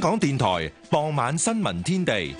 港電台傍晚新聞天地。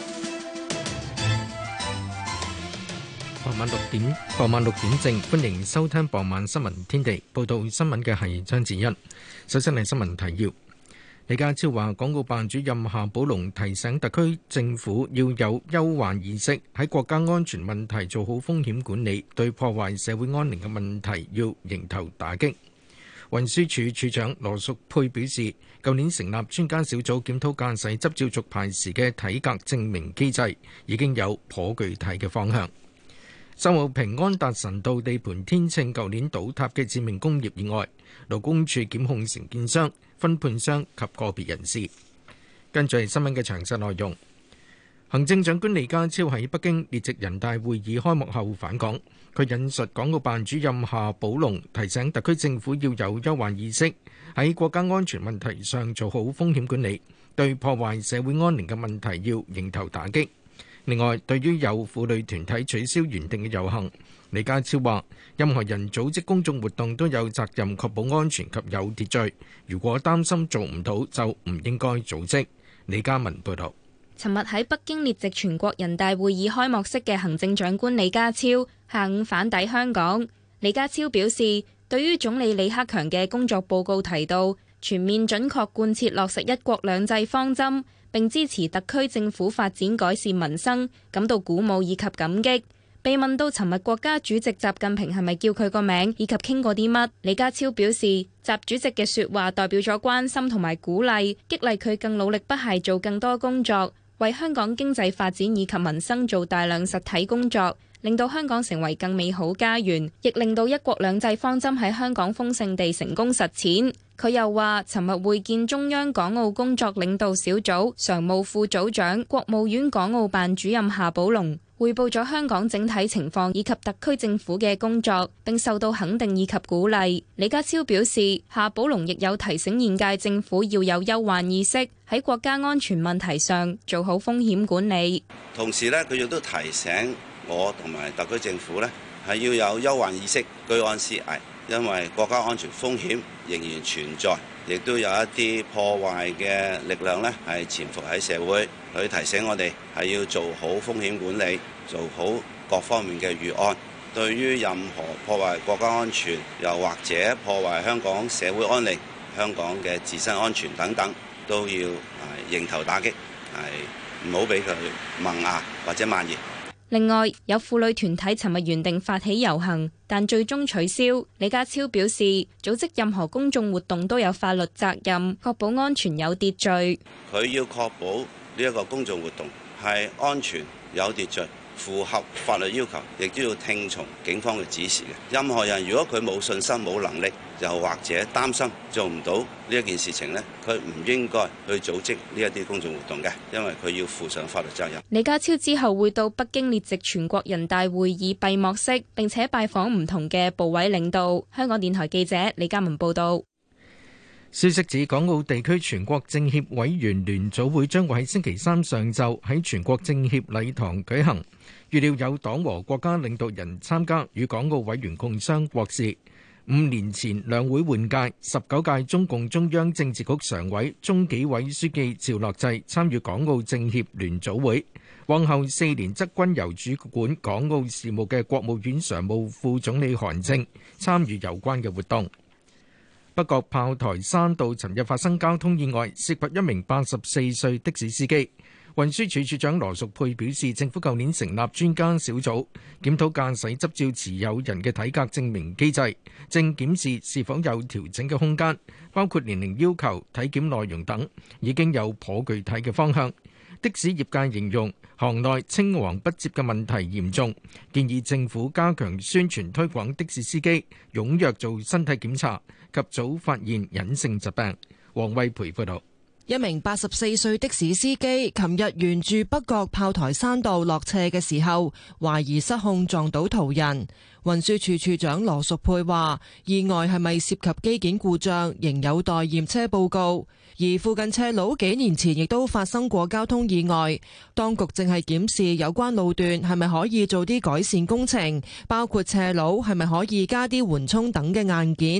傍晚六點正，歡迎收聽傍晚新聞天地。報道新聞嘅係張子欣。首先係新聞提要。李家超話，港澳辦主任夏寶龍提醒特區政府要有憂患意識，喺國家安全問題做好風險管理，對破壞社會安寧嘅問題要迎頭打擊。運輸署署長羅淑佩表示，舊年成立專家小組檢討駕駛執照續牌時嘅體格證明機制，已經有頗具體嘅方向。秀茂坪安達臣道地盤天秤舊年倒塌嘅致命工業意外，勞工處檢控承建商、分判商及個別人士。跟住係新聞嘅詳細內容。行政長官李家超喺北京列席人大會議開幕後返港，佢引述港澳辦主任夏寶龍提醒特區政府要有憂患意識，喺國家安全問題上做好風險管理，對破壞社會安寧嘅問題要迎頭打擊。另外，對於有婦女團體取消原定嘅遊行，李家超話：任何人組織公眾活動都有責任確保安全及有秩序。如果擔心做唔到，就唔應該組織。李嘉文報導。 尋日喺北京列席全國人大會議開幕式嘅行政長官李家超下午返抵香港。李家超表示，對於總理李克強嘅工作報告提到全面準確貫徹落實一國兩制方針，並支持特區政府發展改善民生，感到鼓舞以及感激。被問到尋日國家主席習近平係咪叫佢個名，以及傾過啲乜，李家超表示，習主席嘅說話代表咗關心同埋鼓勵，激勵佢更努力不懈做更多工作，為香港經濟發展以及民生做大量實體工作，令到香港成為更美好家園，亦令到一國兩制方針喺香港豐盛地成功實踐。佢又話，尋日會見中央港澳工作領導小組常務副組長、國務院港澳辦主任夏寶龍，匯報咗香港整體情況以及特區政府嘅工作，並受到肯定以及鼓勵。李家超表示，夏寶龍亦有提醒現屆政府要有憂患意識，喺國家安全問題上做好風險管理。同時呢，佢亦都提醒我同埋特區政府呢，係要有憂患意識，居安思危，因為國家安全風險仍然存在，亦都有一啲破壞嘅力量呢係潛伏喺社會。佢提醒我哋係要做好風險管理，做好各方面嘅預案。對於任何破壞國家安全，又或者破壞香港社會安寧、香港嘅自身安全等等，都要迎頭打擊，係唔好俾佢萌芽或者蔓延。另外，有婦女團體尋日原定發起遊行，但最終取消。李家超表示，組織任何公眾活動都有法律責任，確保安全有秩序。佢要確保呢一個公眾活動係安全有秩序，符合法律要求，亦都要聽從警方嘅指示嘅。任何人如果佢冇信心、冇能力，又或者擔心做唔到呢一件事情呢，佢唔應該去組織呢一啲公眾活動嘅，因為佢要負上法律責任。李家超之後會到北京列席全國人大會議閉幕式，並且拜訪唔同嘅部委領導。香港電台記者李嘉文報道。 消息指，港澳地區全國政協委員聯組會將會喺星期三上晝喺全國政協禮堂舉行，預料有黨和國家領導人參加，與港澳委員共商國事。5年前兩會換屆，19屆中共中央政治局常委、中紀委書記趙樂際參與港澳政協聯組會，往後4年則均由主管港澳事務嘅國務院常務副總理韓正參與有關嘅活動。北角炮台山道尋日發生交通意外，涉及一名84歲的士司機。運輸署署長羅淑佩表示，政府舊年成立專家小組檢討駕駛執照持有人嘅體格證明機制，正檢視是否有調整嘅空間，包括年齡要求、體檢內容等，已經有頗具體嘅方向。的士業界形容行內青黃不接嘅問題嚴重，建議政府加強宣傳推廣的士司機踴躍做身體檢查，及早發現隱性疾病。黃惠培報導。 一名84歲的士司機琴日沿住北角炮台山道落斜嘅時候，懷疑失控撞到途人。運輸署署長羅淑佩話，意外係咪涉及機件故障，仍有待驗車報告。而附近斜路幾年前亦都發生過交通意外，當局正係檢視有關路段係咪可以做啲改善工程，包括斜路係咪可以加啲緩衝等嘅硬件。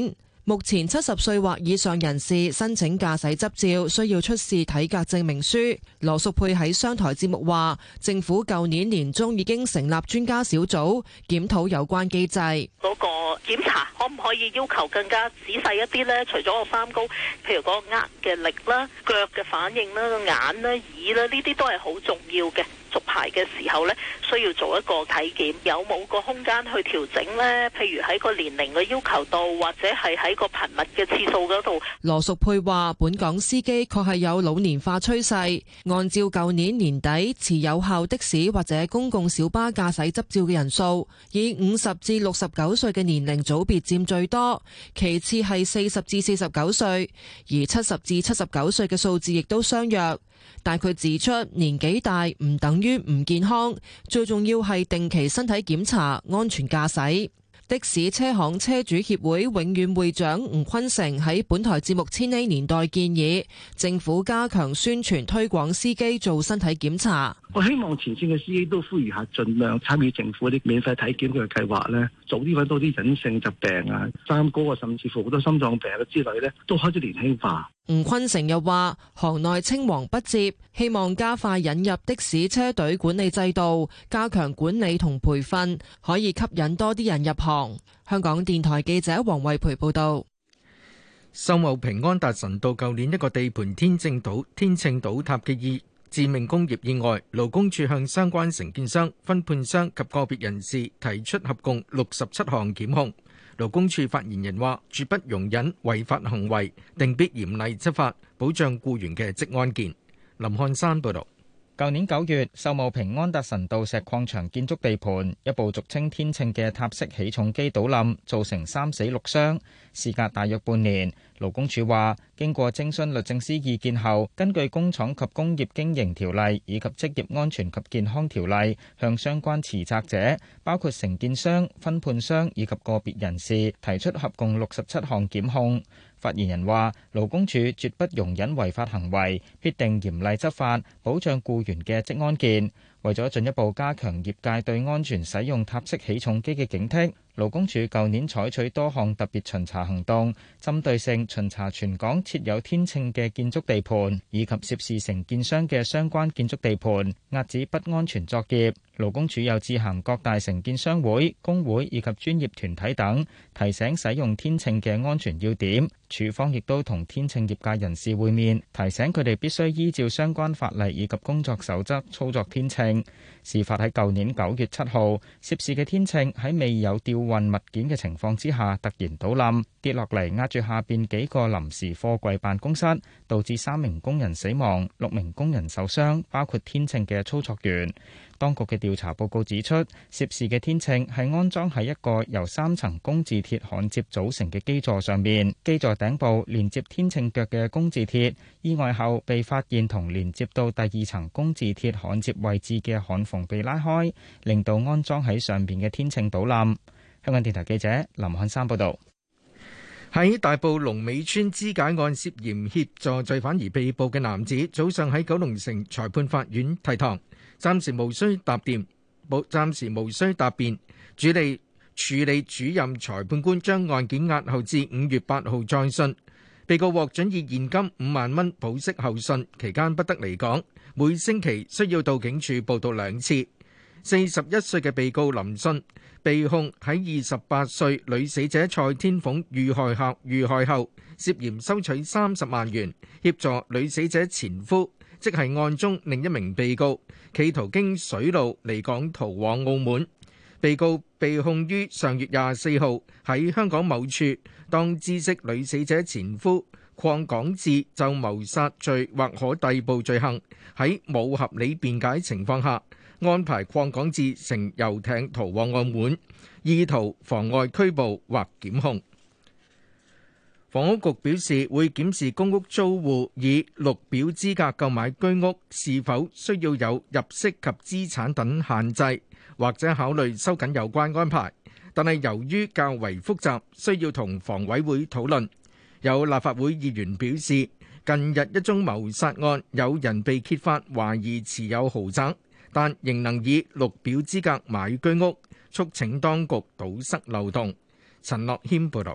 目前70歲或以上人士申請駕駛執照需要出示體格證明書。羅淑佩喺商台節目話，政府舊年年中已經成立專家小組檢討有關機制。 嗰個檢查可唔可以要求更加仔細一啲呢？除咗個三高，譬如嗰個握嘅力啦、腳嘅反應啦、眼啦、耳啦，呢啲都係好重要嘅。續牌嘅時候呢，需要做一個體檢，有冇個空間去調整呢？譬如喺個年齡嘅要求度，或者係喺個頻密嘅次數嗰度。 羅淑佩話：本港司機確係有老年化趨勢，按照舊年年底持有效的士或者公共小巴駕駛執照嘅人數，以50至69歲嘅年齡組別佔最多，其次係40至49歲，而70至79歲嘅數字亦都相若。但佢指出，年紀大唔等於唔健康，最重要係定期身體檢查，安全駕駛。的士車行車主協會永遠會長吳坤成喺本台節目《千禧年代》建議政府加強宣傳推廣司機做身體檢查。 我希望前線嘅司機都呼籲下，盡量參與政府啲免費體檢嘅計劃咧，早啲揾到啲隱性疾病啊、三高啊，甚至乎好多心臟病啊之類咧，都開始年輕化。 吳坤成又話，行內青黃不接，希望加快引入的士車隊管理制度，加強管理同培訓，可以吸引多啲人入行。香港電台記者黃慧培報道。 秀茂坪安達臣道舊年一個地盤天秤倒塌嘅致命工業意外，勞工處向相關承建商、分判商及個別人士提出合共67項檢控。勞工處發言人話：絕不容忍違法行為，定必嚴厲執法，保障僱員嘅職安健。林漢山報導。 舊年9月，秀茂坪安達臣道石礦場建築地盤一部俗稱天秤嘅塔式起重機倒冧，造成3死6傷。事隔大約半年，勞工處話經過徵詢律政司意見後，根據工廠及工業經營條例以及職業安全及健康條例，向相關持責者，包括承建商、分判商以及個別人士提出合共67項檢控。發言人話：勞工處絕不容忍違法行為，必定嚴厲執法，保障僱員嘅職安健。為咗進一步加強業界對安全使用塔式起重機嘅警惕，勞工處舊年採取多項特別巡查行動，針對性巡查全港設有天秤嘅建築地盤，以及涉事承建商嘅相關建築地盤，遏止不安全作業。勞工處又致函各大承建商會、工會以及專業團體等，提醒使用天秤嘅安全要點。處方亦都同天秤業界人士會面，提醒佢哋必須依照相關法例以及工作守則操作天秤。事發喺舊年9月7號，涉事嘅天秤喺未有吊運物件嘅情況之下突然倒冧，跌落嚟壓住下邊幾個臨時貨櫃辦公室，導致3名工人死亡，6名工人受傷，包括天秤嘅操作員。當局嘅調查報告指出，涉事嘅天秤係安裝喺一個由3層工字鐵焊接組成嘅基座上面，基座頂部連接天秤腳嘅工字鐵意外後被發現同連接到第2層工字鐵焊接位置嘅焊縫被拉開，令到安裝喺上邊嘅天秤倒冧。香港電台記者林漢山報道。 喺大埔龍尾村肢解案涉嫌協助罪犯而被捕嘅男子，早上喺九龍城裁判法院提堂，暫時無需答辯。處理主任裁判官將案件押後至5月8號再訊。被告獲准以現金5萬蚊保釋候訊，期間不得離港，每星期需要到警署報到2次。41歲嘅被告林信被控喺28歲女死者蔡天鳳遇害後，涉嫌收取30萬元，協助女死者前夫，即係案中另一名被告，企圖經水路離港逃往澳門。被告被控於上月24號喺香港某處，當知悉女死者前夫鄺港智就謀殺罪或可逮捕罪行，喺冇合理辯解情況下，安排鄺港智乘遊艇逃往澳門，意圖妨礙拘捕或檢控。房屋局表示會檢視公屋租戶以綠表資格購買居屋是否需要有入息及資產等限制，或者考慮收緊有關安排。但係由於較為複雜，需要同房委會討論。有立法會議員表示，近日一宗謀殺案，有人被揭發懷疑持有豪宅，但仍能以綠表資格買居屋，促請當局堵塞漏洞。陳樂謙報導。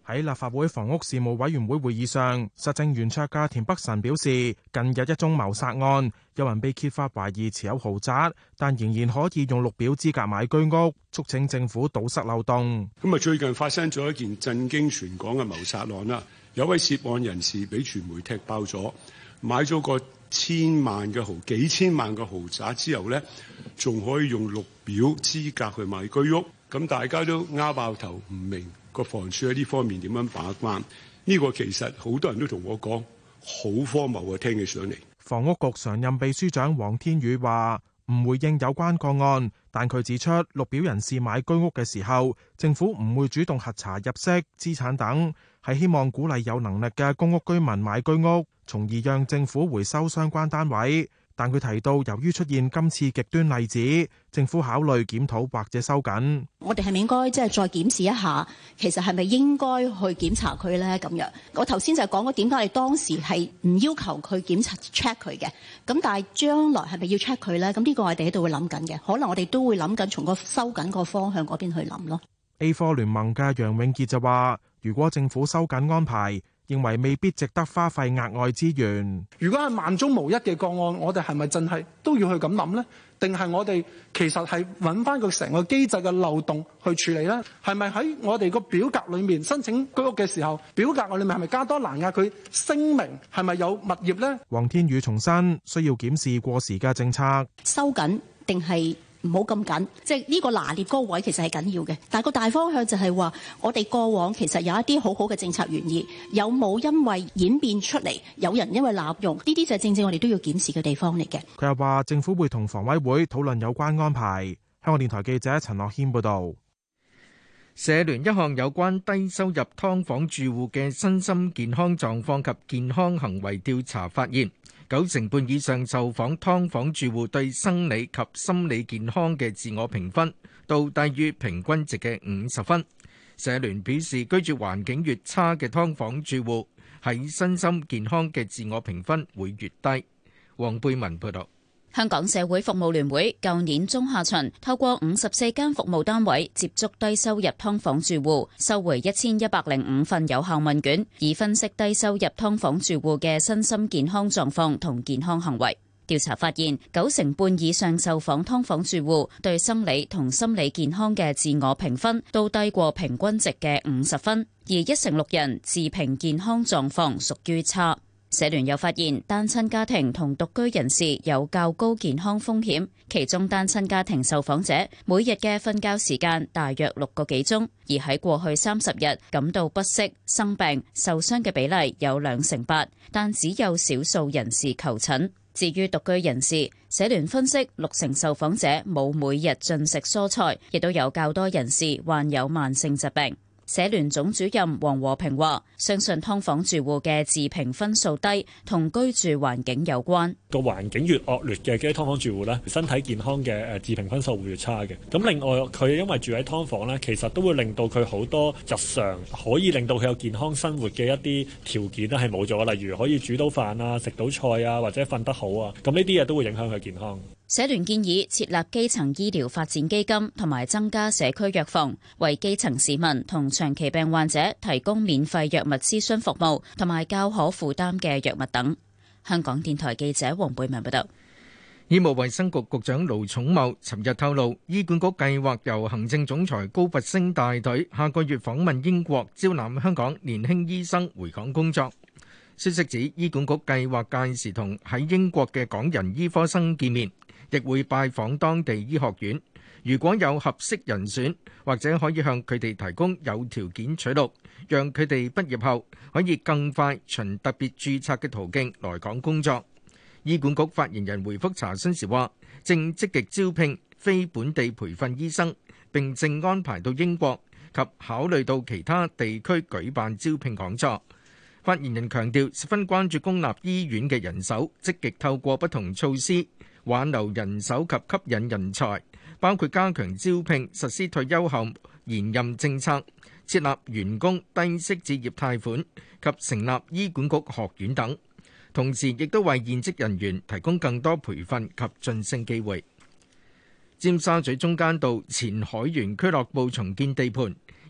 喺立法會房屋事務委員會會議上，實政圓桌嘅田北辰表示，近日一宗謀殺案，有人被揭發懷疑持有豪宅，但仍然可以用綠表資格買居屋，促請政府堵塞漏洞。 最近發生咗一件震驚全港嘅謀殺案啦，有位涉案人士俾傳媒踢爆咗，買咗個幾千萬嘅豪宅之後呢，仲可以用綠表資格去買居屋，咁大家都拗爆頭，唔明個房署喺呢方面點樣把關？呢個其實好多人都同我講，好荒謬啊！聽起上嚟。 房屋局常任秘書長黃天宇話唔回應有關個案，但佢指出，綠表人士買居屋嘅時候，政府唔會主動核查入息、資產等，係希望鼓勵有能力嘅公屋居民買居屋，從而讓政府回收相關單位。但佢提到，由於出現今次極端例子，政府考慮檢討或者收緊。 我哋係咪應該再檢視一下，其實係咪應該去檢查佢呢？咁樣，我頭先就講過點解你當時係唔要求佢檢查 check 佢嘅，咁但係將來係咪要 check 佢呢？咁呢個我哋喺度會諗緊嘅，可能我哋都會諗緊從個收緊個方向嗰邊去諗咯。 A 科聯盟嘅楊永傑就話，如果政府收緊安排，認為未必值得花費額外資源。 如果係萬中無一嘅個案，我哋係咪真係都要去咁諗呢？定係我哋其實係揾翻個成個機制嘅漏洞去處理呢？係咪喺我哋個表格裏面申請居屋嘅時候，表格我哋係咪加多欄佢聲明係咪有物業呢？ 黃天宇重申，需要檢視過時嘅政策， 收緊定係唔好咁緊，即係呢個拿捏嗰個位其實係緊要嘅，但係個大方向就係話，我哋過往其實有一啲好好嘅政策原意，有冇因為演變出嚟，有人因為濫用，呢啲就係正正我哋都要檢視嘅地方嚟嘅。 佢又話，政府會同房委會討論有關安排。香港電台記者陳樂軒報導。 社聯一項有關低收入劏房住戶嘅身心健康狀況及健康行為調查發現，90%以上受訪劏房住戶對生理及心理健康嘅自我評分都低於平均值嘅50分。社聯表示，居住環境越差嘅劏房住戶喺身心健康嘅自我評分會越低。黃貝文報導。 香港社會服務聯會舊年中下旬透過54間服務單位接觸低收入劏房住戶，收回1105份有效問卷，以分析低收入劏房住戶嘅身心健康狀況同健康行為。調查發現，90%以上受訪劏房住戶對生理同心理健康嘅自我評分都低過平均值嘅50分，而1/6人自評健康狀況屬於差。社聯又發現，單親家庭同獨居人士有較高健康風險，其中單親家庭受訪者每日嘅瞓覺時間大約6個幾鐘，而喺過去30日感到不適、生病、受傷嘅比例有28%，但只有少數人士求診。至於獨居人士，社聯分析60%受訪者冇每日進食蔬菜，亦都有較多人士患有慢性疾病。社聯總主任黃和平話，相信劏房住戶嘅自評分數低同居住環境有關。 個環境越惡劣嘅啲劏房住戶呢，身體健康嘅自評分數會越差嘅。咁另外佢因為住喺劏房呢，其實都會令到佢好多日常可以令到佢有健康生活嘅一啲條件咧係冇咗，例如可以煮到飯啊、食到菜啊，或者瞓得好啊，咁呢啲嘢都會影響佢健康。 社聯建議設立基層醫療發展基金，同埋增加社區藥房，為基層市民同長期病患者提供免費藥物諮詢服務，同埋較可負擔嘅藥物等。香港電台記者黃貝文報道。 醫務衛生局局長盧寵茂尋日透露，醫管局計劃由行政總裁高拔陞帶隊，下個月訪問英國，招攬香港年輕醫生回港工作。消息指，醫管局計劃屆時同喺英國嘅港人醫科生見面，亦會拜訪當地醫學院，如果有合適人選，或者可以向佢哋提供有條件取錄，讓佢哋畢業後可以更快循特別註冊嘅途徑來港工作。醫管局發言人回覆查詢時話，正積極招聘非本地培訓醫生，並正安排到英國及考慮到其他地區舉辦招聘講座。發言人強調，十分關注公立醫院嘅人手，積極透過不同措施挽留人手及吸引人才，包括加強招聘、實施退休後延任政策、設立員工低息置業貸款及成立醫管局學院等。同時亦都為現職人員提供更多培訓及晉升機會。尖沙咀中間道前海員俱樂部重建地盤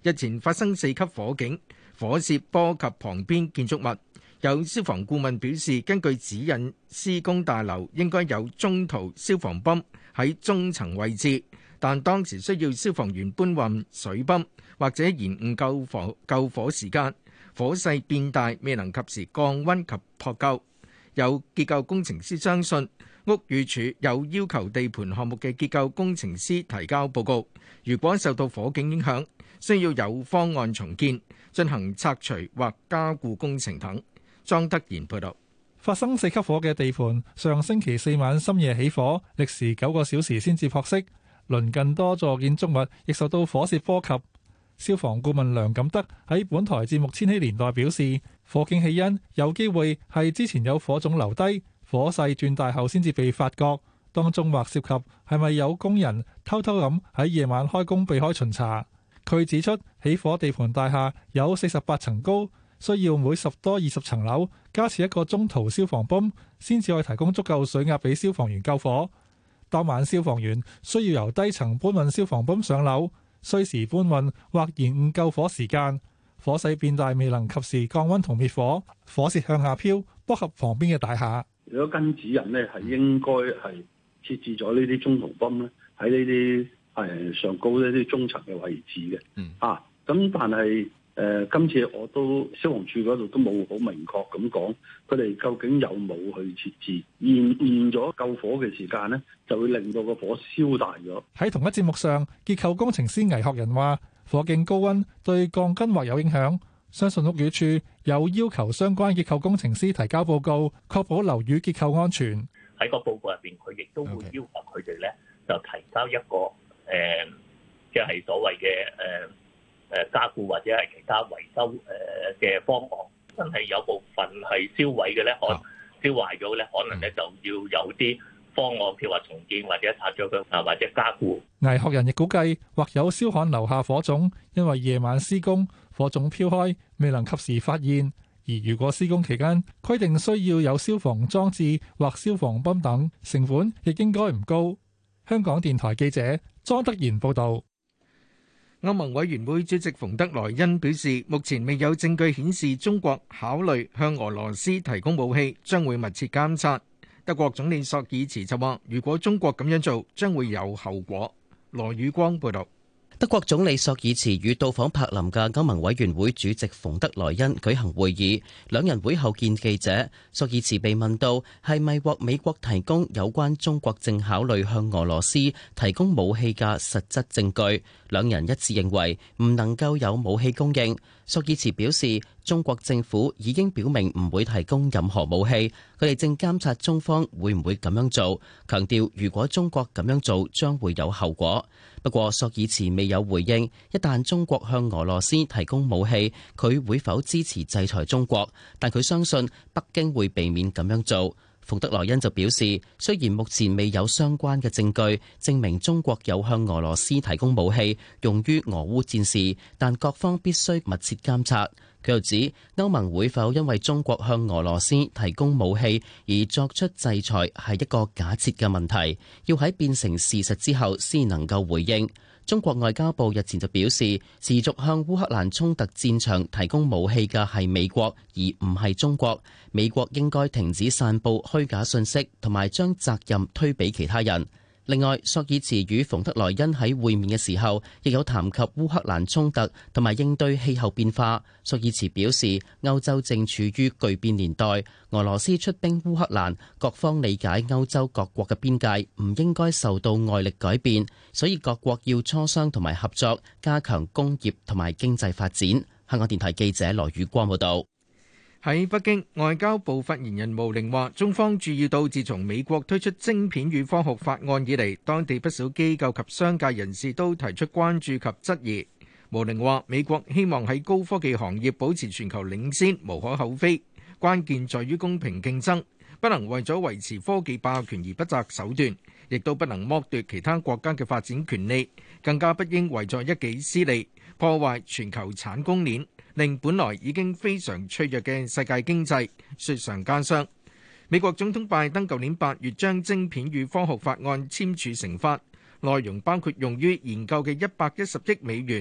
日前發生4級火警，火勢波及旁邊建築物。有消防顧問表示，根據指引，施工大樓應該有中途消防泵喺中層位置，但當時需要消防員搬運水泵，或者延誤救火時間，火勢變大，未能及時降溫及撲救。有結構工程師相信，屋宇署有要求地盤項目嘅結構工程師提交報告，如果受到火警影響，需要有方案重建，進行拆除或加固工程等。莊德賢報道。 發生4級火嘅地盤，上星期4晚深夜起火，歷時9個小時先至撲熄。鄰近多座建築物亦受到火勢波及。消防顧問梁錦德喺本台節目《千禧年代》表示，火警起因有機會係之前有火種留低，火勢轉大後先至被發覺。當中或涉及係咪有工人偷偷咁喺夜晚開工避開巡查。佢指出，起火地盤大廈有48層高，需要每10多20層樓加設一個中途消防泵，先至可以提供足夠水壓俾消防員救火。當晚消防員需要由低層搬運消防泵上樓，需時搬運或延誤救火時間，火勢變大，未能及時降溫同滅火，火勢向下飄，波及旁邊嘅大廈。 如果跟指引呢，係應該係設置咗呢啲中途泵咧，喺呢啲上高呢啲中層嘅位置嘅。咁但係今次我都消防處嗰度都冇好明確咁講，佢哋究竟有冇去設置，延誤咗救火嘅時間呢，就會令到個火燒大咗。 喺同一節目上，結構工程師倪學仁話，火警高溫對鋼筋或有影響，相信屋宇署有要求相關結構工程師提交報告，確保樓宇結構安全。 喺個報告入邊，佢亦都會要求佢哋咧就提交一個即係所謂嘅加固或者係其他維修嘅方案。真係有部分係燒毀嘅咧，可能燒壞咗咧，可能咧就要有啲方案，譬如話重建或者拆咗佢或者加固。 倪學仁亦估計，或有燒焊留下火種，因為夜晚施工，火種飄開，未能及時發現。而如果施工期間規定需要有消防裝置或消防泵等，成本亦應該唔高。香港電台記者莊德賢報導。 歐盟委員會主席馮德萊恩表示，目前未有證據顯示中國考慮向俄羅斯提供武器，將會密切監察。德國總理朔爾茨就話，如果中國咁樣做，將會有後果。羅宇光報導。 德國總理朔爾茨與到訪柏林嘅歐盟委員會主席馮德萊恩舉行會議，兩人會後見記者。朔爾茨被問到係咪獲美國提供有關中國正考慮向俄羅斯提供武器嘅實質證據，兩人一致認為唔能夠有武器供應。朔爾茨表示，中國政府已經表明唔會提供任何武器，佢哋正監察中方會唔會咁樣做，強調如果中國咁樣做將會有後果。不過朔爾茨未有回應，一旦中國向俄羅斯提供武器，佢會否支持制裁中國，但佢相信北京會避免咁樣做。馮德萊恩就表示，雖然目前未有相關嘅證據證明中國有向俄羅斯提供武器用於俄烏戰事，但各方必須密切監察。佢又指，歐盟會否因為中國向俄羅斯提供武器而作出制裁係一個假設嘅問題，要喺變成事實之後先能夠回應。中國外交部日前就表示，持續向烏克蘭衝突戰場提供武器嘅係美國，而唔係中國。美國應該停止散佈虛假信息，同埋將責任推俾其他人。另外，朔爾茨與馮德萊恩喺會面嘅時候，亦有談及烏克蘭衝突同埋應對氣候變化。朔爾茨表示，歐洲正處於巨變年代，俄羅斯出兵烏克蘭，各方理解歐洲各國嘅邊界唔應該受到外力改變，所以各國要磋商同埋合作，加強工業同埋經濟發展。香港電台記者羅宇光報道。 喺北京，外交部發言人毛寧話，中方注意到自從美國推出晶片與科學法案以嚟，當地不少機構及商界人士都提出關注及質疑。毛寧話，美國希望喺高科技行業保持全球領先，無可厚非，關鍵在於公平競爭，不能為咗維持科技霸權而不擇手段，亦都不能剝奪其他國家嘅發展權利，更加不應為咗一己私利，破壞全球產供鏈，令本來已經非常脆弱嘅世界經濟雪上加霜。美國總統拜登舊年8月將晶片與科學法案簽署成法，內容包括用於研究嘅110億美元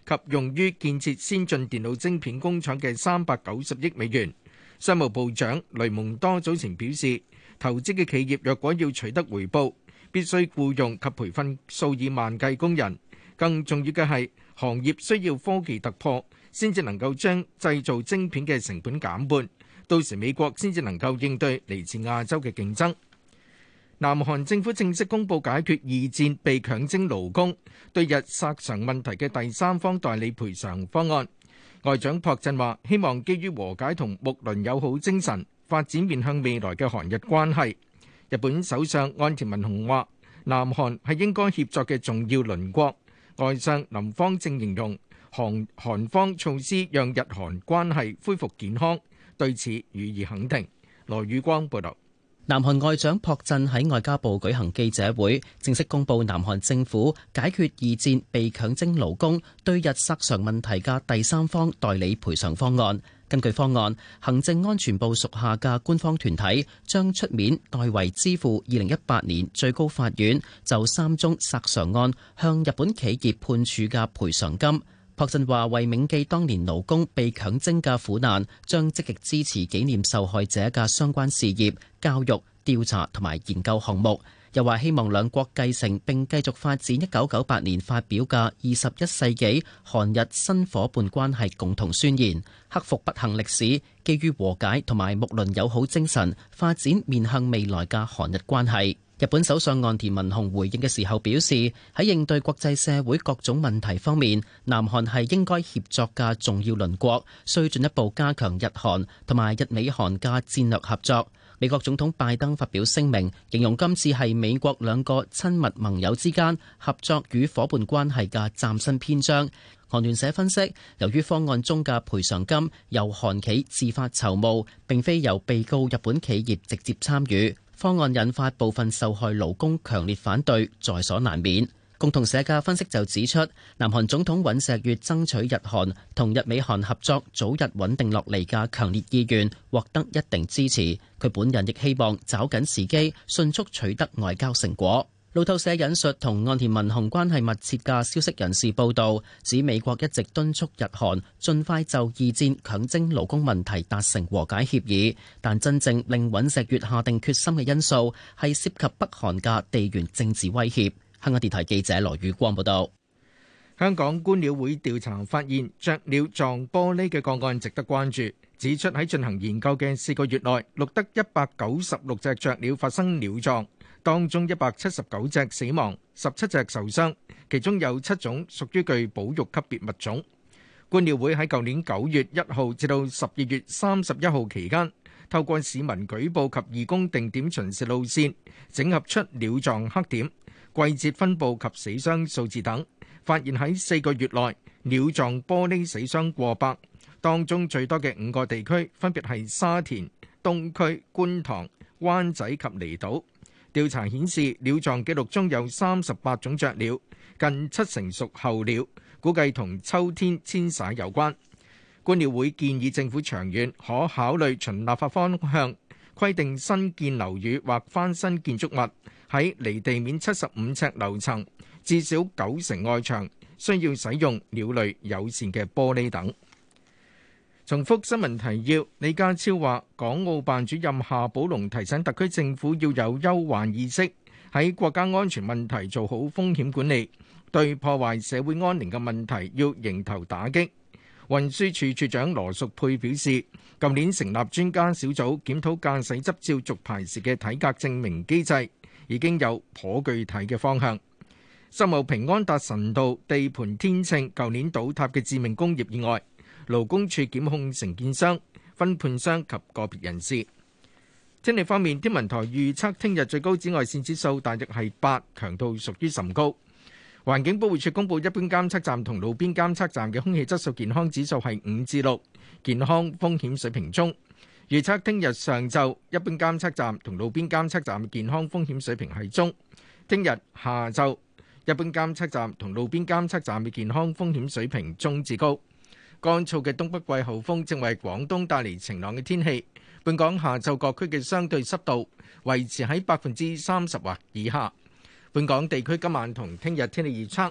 及用於建設先進電腦晶片工廠嘅390億美元。商務部長雷蒙多早前表示，投資嘅企業若果要取得回報，必須僱用及培訓數以萬計工人。更重要嘅係，行業需要科技突破，先至能夠將製造晶片嘅成本減半。到時美國先至能夠應對嚟自亞洲嘅競爭。南韓政府正式公布解決二戰被強徵勞工對日索償問題嘅第三方代理賠償方案。外長朴振話：希望基於和解同睦鄰友好精神，發展面向未來嘅韓日關係。日本首相岸田文雄話：南韓係應該協作嘅重要鄰國。外相林芳正形容韓方措施讓日韓關係恢復健康，對此予以肯定。羅宇光報道。 南韓外長朴振喺外交部舉行記者會，正式公布南韓政府解決二戰被強徵勞工對日索償問題嘅第三方代理賠償方案。根據方案，行政安全部屬下嘅官方團體將出面代為支付2018年最高法院就3宗索償案向日本企業判處嘅賠償金。朴振話：為銘記當年勞工被強徵嘅苦難，將積極支持紀念受害者嘅相關事業、教育、調查同埋研究項目。又話希望兩國繼承並繼續發展1998年發表嘅21世紀韓日新夥伴關係共同宣言，克服不幸歷史，基於和解同埋睦鄰友好精神，發展面向未來嘅韓日關係。日本首相岸田文雄回應嘅時候表示，喺應對國際社會各種問題方面，南韓係應該協作嘅重要鄰國，需進一步加強日韓同埋日美韓嘅戰略合作。美國總統拜登發表聲明，形容今次係美國兩個親密盟友之間合作與夥伴關係嘅嶄新篇章。韓聯社分析，由於方案中嘅賠償金由韓企自發籌募，並非由被告日本企業直接參與，方案引發部分受害勞工強烈反對，在所難免。共同社嘅分析就指出，南韓總統尹錫悅爭取日韓同日美韓合作早日穩定落嚟嘅強烈意願獲得一定支持。佢本人亦希望抓緊時機，迅速取得外交成果。路透社引述同岸田文雄關係密切嘅消息人士報道，指美國一直敦促日韓盡快就二戰強徵勞工問題達成和解協議，但真正令尹錫悅下定決心嘅因素係涉及北韓嘅地緣政治威脅。香港電台記者羅宇光報道。 香港觀鳥會調查發現雀鳥撞玻璃嘅個案值得關注，指出喺進行研究嘅4個月內錄得196隻雀鳥發生鳥撞，當中179隻死亡，17隻受傷，其中有7種屬於具保育級別物種。觀鳥會喺舊年9月1號至到12月31號期間，透過市民舉報及義工定點巡視路線，整合出鳥撞黑點、季節分佈及死傷數字等，發現喺4個月內鳥撞玻璃死傷過百，當中最多嘅5個地區分別係沙田、東區、觀塘、灣仔及離島。調查顯示，鳥撞記錄中有38種雀鳥，近70%屬候鳥，估計同秋天遷徙有關。觀鳥會建議政府長遠可考慮循立法方向，規定新建樓宇或翻新建築物喺離地面75尺樓層，至少90%外牆需要使用鳥類友善嘅玻璃等。重複新聞提要，李家超話，港澳辦主任夏寶龍提醒特區政府要有憂患意識，喺國家安全問題做好風險管理，對破壞社會安寧嘅問題要迎頭打擊。運輸署署長羅淑佩表示，舊年成立專家小組檢討駕駛執照續牌時嘅體格證明機制，已經有頗具體嘅方向。秀茂坪安達臣道地盤天秤舊年倒塌嘅致命工業意外，勞工處檢控承建商、分判商及個別人士。天氣方面，天文台預測聽日最高紫外線指數大約係8，強度屬於甚高。環境保護署公布，一般監測站同路邊監測站嘅空氣質素健康指數係5至6，健康風險水平中。預測聽日上晝一般監測站同路邊監測站嘅健康風險水平係中。聽日下晝一般監測站同路邊監測站嘅健康風險水平中至高。乾燥嘅東北季候風正為廣東帶嚟晴朗嘅天氣。本港下晝各區嘅相對濕度維持喺30%或以下。本港地區今晚同聽日天氣預測，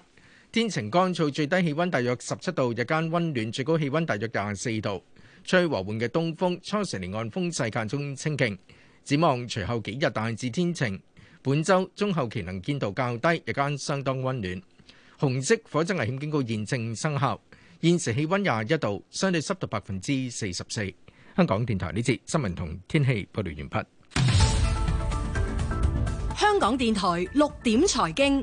天晴乾燥，最低氣溫大約17度，日間溫暖，最高氣溫大約24度。吹和緩嘅東風，初時離岸風勢間中清勁。展望隨後幾日大致天晴，本週中後期能見度較低，日間相當溫暖。紅色火災危險警告現正生效。現時氣溫21度，相對濕度44%。香港電台呢節新聞同天氣報道完畢。 香港電台6點財經。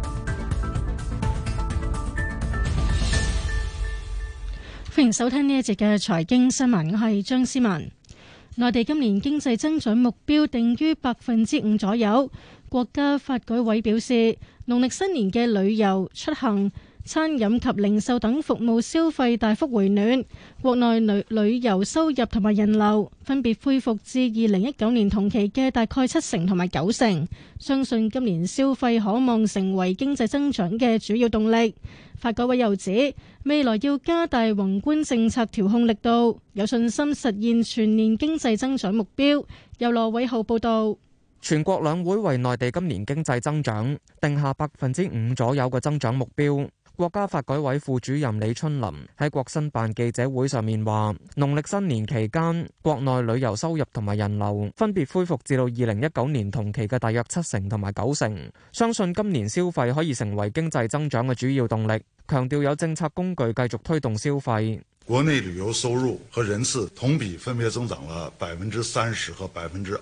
歡迎收聽呢一節嘅財經新聞，我係張思文。內地今年經濟增長目標定於5%左右。國家發改委表示，農曆新年嘅旅遊、出行、餐飲及零售等服務消費大幅回暖，國內旅遊收入同埋人流分別恢復至2019年同期嘅大概70%同埋90%。相信今年消費可望成為經濟增長嘅主要動力。發改委又指，未來要加大宏觀政策調控力度，有信心實現全年經濟增長目標。由羅偉浩報導。 全國兩會為內地今年經濟增長定下5%左右嘅增長目標。國家發改委副主任李春林喺國新辦記者會上面話，農曆新年期間，國內旅遊收入同埋人流分別恢復至到2019年同期嘅大約70%同埋90%，相信今年消費可以成為經濟增長嘅主要動力，強調有政策工具繼續推動消費。 國內旅遊收入和人次同比分別增長了30%和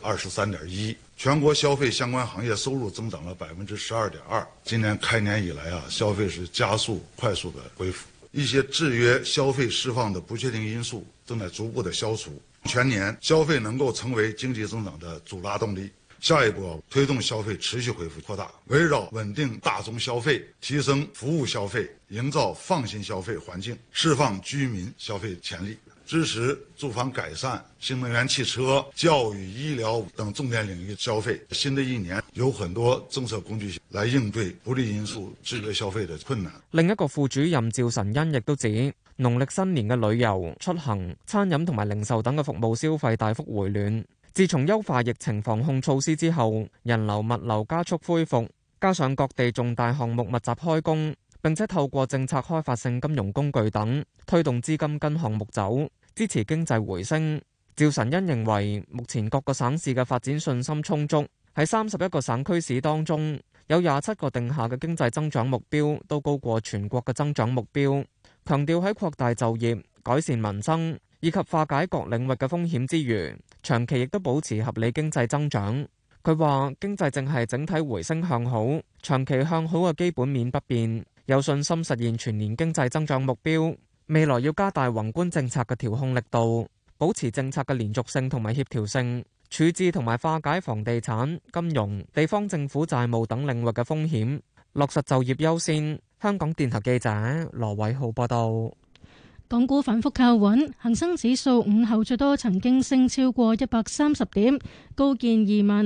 23.1%，全國消費相關行業收入增長了12.2%。今年開年以來消費是加速快速的恢復，一些制約消費釋放的不確定因素正在逐步的消除，全年消費能夠成為經濟增長的主拉動力。下一步推動消費持續恢復擴大，圍繞穩定大宗消費、提升服務消費、營造放心消費環境、釋放居民消費潛力，支持住房改善、新能源汽車、教育醫療等重點領域消費。新的一年有很多政策工具來應對不利因素制約消費的困難。 另一個副主任趙晨恩亦都指，農曆新年嘅旅遊、出行、餐飲同埋零售等嘅服務消費大幅回暖。自從優化疫情防控措施之後，人流物流加速恢復，加上各地重大項目密集開工，並且透過政策開發性金融工具等推動資金跟項目走，支持經濟回升。趙晨恩認為，目前各個省市嘅發展信心充足，喺31個省區市當中，有27個定下嘅經濟增長目標都高過全國嘅增長目標，強調喺擴大就業、改善民生以及化解各領域嘅風險之餘，長期亦都保持合理經濟增長。佢話經濟正係整體回升向好，長期向好嘅基本面不變，有信心實現全年經濟增長目標。未來要加大宏觀政策嘅調控力度，保持政策嘅連續性同埋協調性，處置同埋化解房地產、金融、地方政府債務等領域嘅風險，落實就業優先。香港電台記者羅偉浩報道。 港股反覆靠穩，恒生指數午後最多曾經升超過130點，高見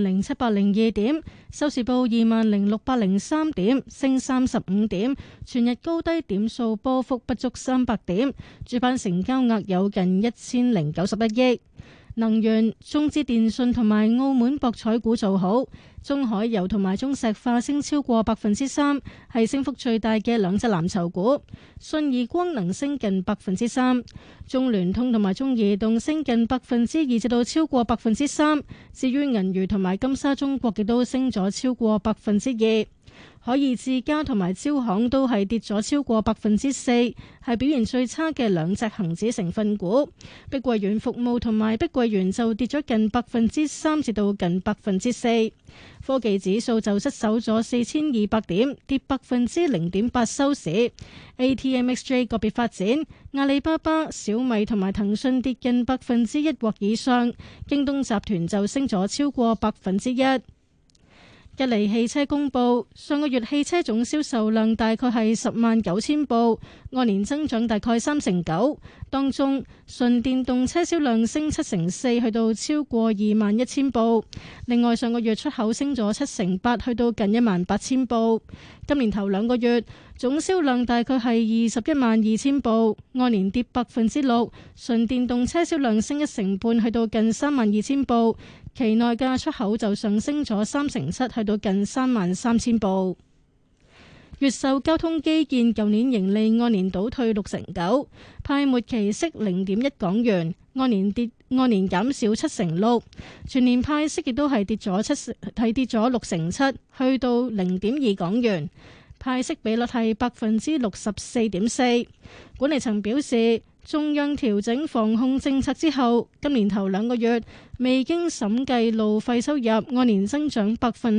20,702點，收市報20,603點，升35點，全日高低點數波幅不足300點，主板成交額有近1091億。能源、中資電訊同埋澳門博彩股做好，中海油同埋中石化升超過3%，係升幅最大嘅兩隻藍籌股。信義光能升近3%，中聯通同埋中移動升近2%至到超過3%。至於銀娛同埋金沙中國亦都升咗超過2%。海爾智家同埋招行都係跌咗超過4%，係表現最差嘅兩隻恒指成分股。碧桂園服務同埋碧桂園就跌咗近3%至到近4%。科技指數就失守咗4200點，跌0.8%收市。ATMXJ 個別發展，阿里巴巴、小米同埋騰訊跌近1%或以上，京東集團就升咗超過1%。吉利汽車公布上個月汽車總銷售量大概係109000部，按年增長大概3.9%。當中純電動車銷量升7.4%，去到超過21000部。另外上個月出口升咗7.8%，去到近18000部。今年頭兩個月總銷量大概係212000部，按年跌6%。純電動車銷量升1.5%，去到近32000部。期內嘅出口就上升咗3.7%，去到近33000部。 越秀交通基建舊年盈利按年倒退69%，派末期息0.1港元，按年減少7%，全年派息亦都係跌咗6%7，去到0.2港元，派息比率係64.4%。管理層表示，中央調整防控政策之後，今年頭2個月未經審計路費收入按年增長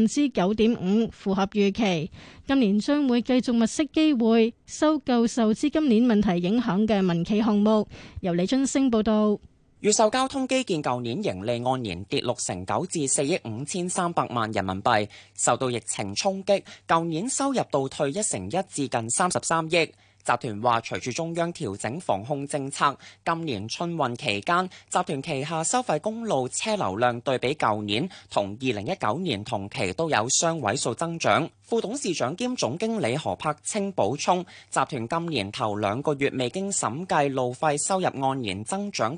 9.5%，符合預期。今年將會繼續物色機會收購受資金鏈問題影響嘅民企項目。由李津升報導。 越秀交通基建舊年盈利按年跌6%9至4億5300萬人民幣，受到疫情衝擊，舊年收入倒退1%1至近33億。集團話，隨住中央調整防控政策，今年春運期間，集團旗下收費公路車流量對比舊年同2019年同期都有雙位數增長。副董事長兼總經理何柏清補充，集團今年頭2個月未經審計路費收入按年增長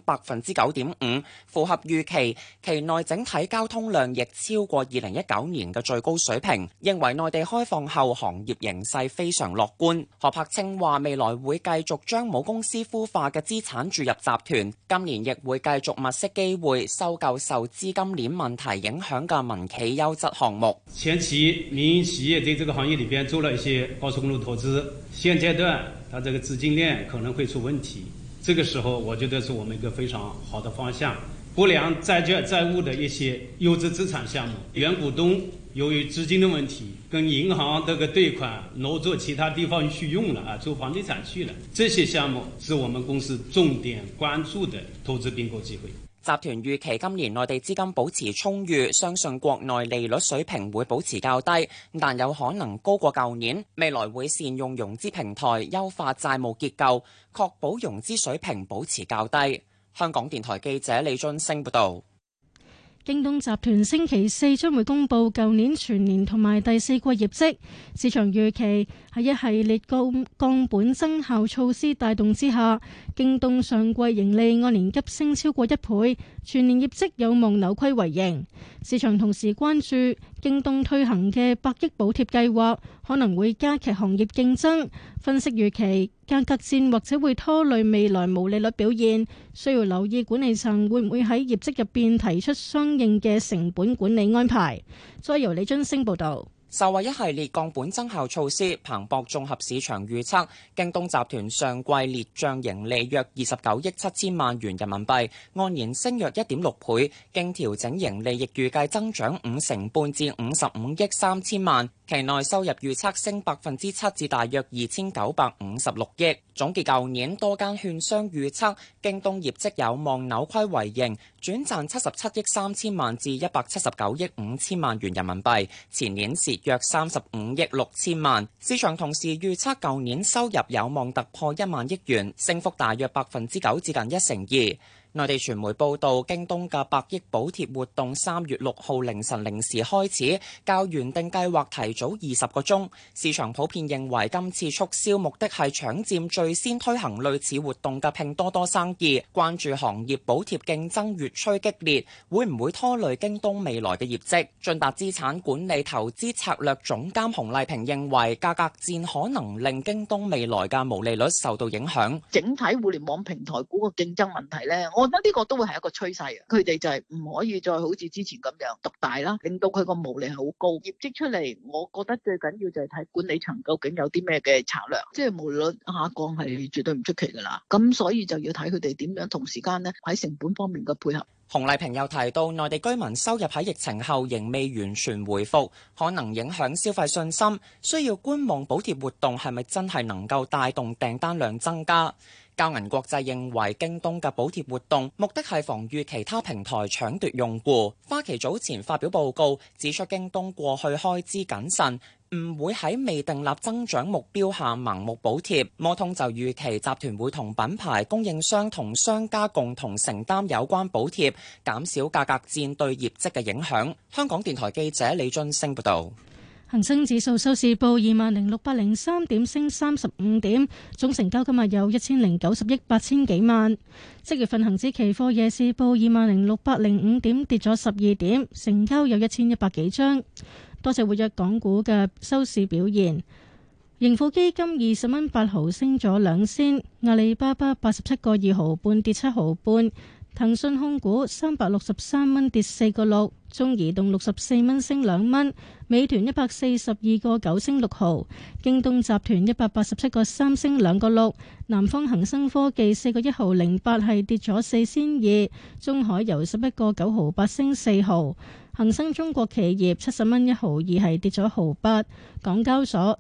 9.5%，符合預期。期內整體交通量亦超過2019年嘅最高水平，認為內地開放後行業形勢非常樂觀。何柏清話，未來會繼續將母公司孵化嘅資產注入集團，今年亦會繼續物色機會收購受資金鏈問題影響嘅民企優質項目。 前期民營企業在這個行業裏邊做了一些高速公路投資，現階段它這個資金鏈可能會出問題，這個時候我覺得是我們一個非常好的方向。不良債券債務的一些優質資產項目，原股東由於資金的問題，跟銀行這個貸款挪作其他地方去用了啊，做房地產去了，這些項目是我們公司重點關注的投資併購機會。 集團預期今年內地資金保持充裕，相信國內利率水平會保持較低，但有可能高過舊年。未來會善用融資平台，優化債務結構，確保融資水平保持較低。香港電台記者李津升報導。 京東集團星期4將會公布舊年全年同埋第4季業績，市場預期喺一系列降本增效措施帶動之下，京東上季盈利按年急升超過1倍，全年業績有望扭虧為盈。市場同時關注京東推行嘅100億補貼計劃可能會加劇行業競爭，分析預期價格戰或者會拖累未來毛利率表現，需要留意管理層會唔會喺業績入邊提出相應嘅成本管理安排。再由李津升報導。 受惠一系列降本增效措施，彭博綜合市場預測，京東集團上季列賬盈利約29億7千萬元人民幣，按年升約1.6倍，經調整盈利亦預計增長5成半至55億3千萬。期內收入預測升7%至大約2956億。總結舊年多間券商預測，京東業績有望扭虧為盈，轉賺77億3千萬至179億5千萬元人民幣，前年蝕約35億6千萬。市場同時預測舊年收入有望突破1萬億元，升幅大約9%至近1成2。內地傳媒報道，京東嘅100億補貼活動3月6號凌晨0時開始，較原定計劃提早20個鐘。市場普遍認為今次促銷目的係搶佔最先推行類似活動嘅拼多多生意，關注行業補貼競爭越趨激烈，會唔會拖累京東未來嘅業績？駿達資產管理投資策略總監洪麗萍認為，價格戰可能令京東未來嘅毛利率受到影響。 整體互聯網平台股個競爭問題呢，我覺得呢個都會係一個趨勢啊！佢哋就係唔可以再好似之前咁樣獨大啦，令到佢個毛利係好高。業績出嚟，我覺得最緊要就係睇管理層究竟有啲咩嘅策略，即係毛利率下降係絕對唔出奇㗎啦。咁所以就要睇佢哋點樣同時間呢喺成本方面嘅配合。 洪麗萍又提到，內地居民收入喺疫情後仍未完全回復，可能影響消費信心，需要觀望補貼活動係咪真係能夠帶動訂單量增加。交銀國際認為，京東嘅補貼活動目的係防禦其他平台搶奪用戶。花旗早前發表報告指出，京東過去開支謹慎，唔會喺未訂立增長目標下盲目補貼。摩通就預期集團會同品牌供應商同商家共同承擔有關補貼，減少價格戰對業績嘅影響。香港電台記者李津升報導。 恒生指數收市報20,603點，升35點，總成交今日有1090億8千幾萬。即月份恒指期貨夜市報20,605點，跌咗12點，成交有1100幾張。多隻活躍港股嘅收市表現。 盈富基金20蚊8毫升咗2仙，阿里巴巴87個2毫半跌7毫半，騰訊控股363蚊跌4個6，中移動64蚊升2蚊，美團142個9升6毫，京東集團187個3升2個6，南方恒生科技4個1毫08係跌咗4仙2，中海油11個9毫8升4毫。恒生中國企業70蚊1毫2係跌咗毫8，港交所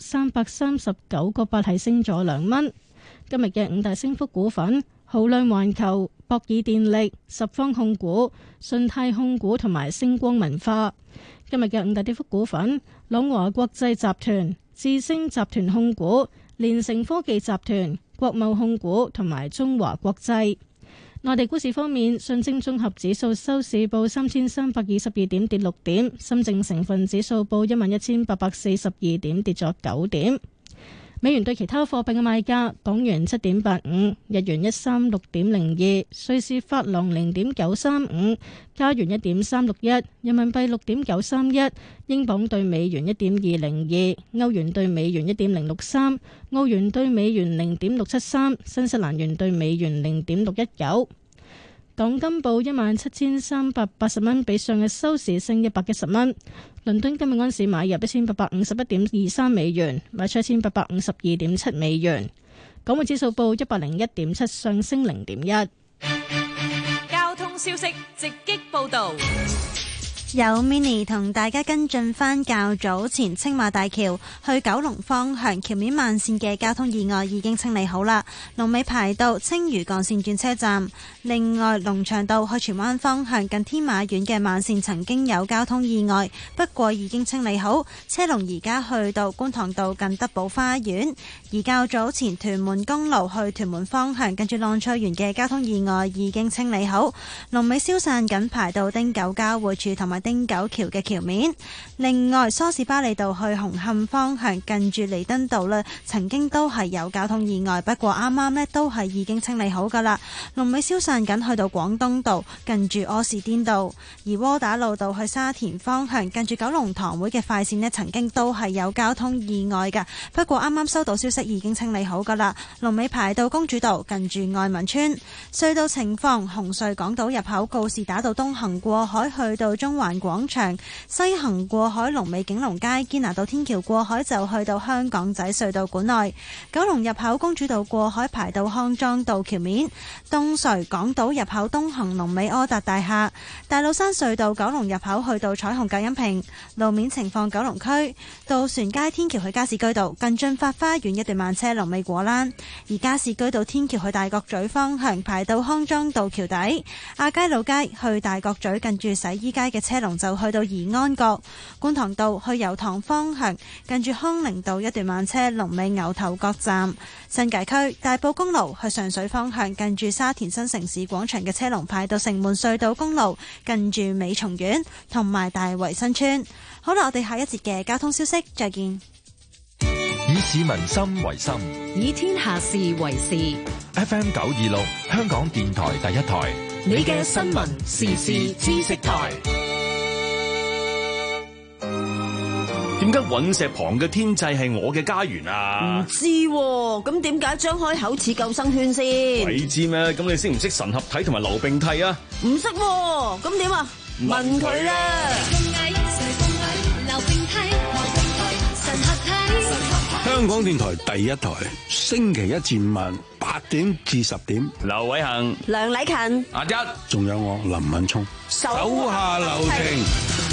339個8係升咗2蚊。今日嘅5大升幅股份：浩亮環球、博爾電力、十方控股、信泰控股同埋星光文化。今日嘅5大跌幅股份：朗華國際集團、智星集團控股、聯成科技集團、國貿控股同埋中華國際。內地股市方面，上證綜合指數收市報3322點，跌6點；深證成分指數報11842點，跌咗9點。美元對其他貨幣嘅賣價：港元7.85，日元136.02，瑞士法郎0.935，加元1.361，人民幣6.931，英鎊對美元1.202，歐元對美元1.063，澳元對美元0.673，新西蘭元對美元0.619。港金報17,380蚊，比上日收市升110蚊。倫敦今日安市買入1851.23美元，賣出1852.7美元。港匯指數報101.7，上升0.1。 交通消息直擊報道。 有 Mini 同大家跟進返較早前青馬大橋去九龍方向橋面慢線嘅交通意外已經清理好啦，龍尾排到青嶼幹線轉車站。另外，龍翔道去荃灣方向近天馬苑嘅慢線曾經有交通意外，不過已經清理好，車龍而家去到觀塘道近德寶花園。而較早前屯門公路去屯門方向近住浪翠園嘅交通意外已經清理好，龍尾消散緊，排到汀九交匯處同埋汀九橋嘅橋面。另外，梳士巴利道去紅磡方向近住彌敦道呢，曾經都係有交通意外，不過啱啱呢都係已經清理好噶啦。龍尾消散緊，去到廣東道近住柯士甸道。而窩打老道去沙田方向近住九龍塘會嘅快線呢，曾經都係有交通意外噶，不過啱啱收到消息已經清理好噶啦。龍尾排到公主道近住愛民村。隧道情況：紅隧港島入口告士打道東行過海去到中環廣場，西行過海龍尾景隆街堅拿道天橋過海就去到香港仔隧道管內。九龍入口公主道過海排到康莊道橋面。東隧港島入口東行龍尾柯達大廈。大老山隧道九龍入口去到彩虹隔音屏。路面情況：九龍區渡船街天橋去加士居道近駿發花園一段慢車龍尾果欄。而加士居道天橋去大角咀方向排到康莊道橋底。亞皆老街去大角咀近住洗衣街嘅車龍就去到宜安閣。觀塘道去油塘方向近住康寧道一段慢車龍尾牛頭角站。新界區大埔公路去上水方向近住沙田新城市廣場嘅車龍排到城門隧道公路近住美松苑同埋大圍新村。好啦，我哋下一節嘅交通消息再見。 以市民心為心， 以天下事為事。 FM 926香港電台第一台， 你嘅新聞時事知識台。 點解隕石旁嘅天際係我嘅家園啊？ 唔知喎，咁點解張開口似救生圈先？ 鬼知咩？咁你識唔識神合體同埋流並蒂啊？ 唔識喎，咁點啊？問佢啦。 香港電台第一台，星期一至五晚8點至10點。 劉偉恒、 梁禮勤、 阿一， 仲有我林敏聰， 手下留情。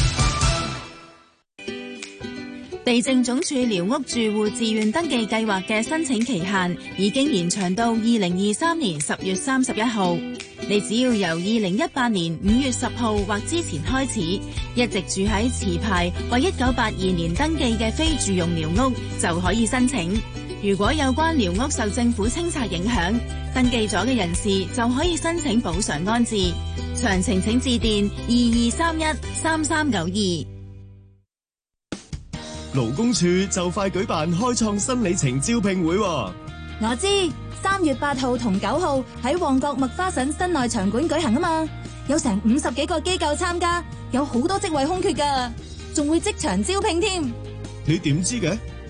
地政總署寮屋住戶自願登記計劃嘅申請期限已經延長到2023年10月31號。你只要由2018年5月10號或之前開始，一直住喺持牌或1982年登記嘅非住用寮屋，就可以申請。如果有關寮屋受政府清拆影響，登記咗嘅人士就可以申請補償安置。詳情請致電22313392。 勞工處就快舉辦開創新里程招聘會。 我知3月8號同9號喺旺角麥花臣室內場館舉行啊嘛，有成50幾個機構參加，有好多職位空缺㗎，仲會即場招聘添。 你點知嘅？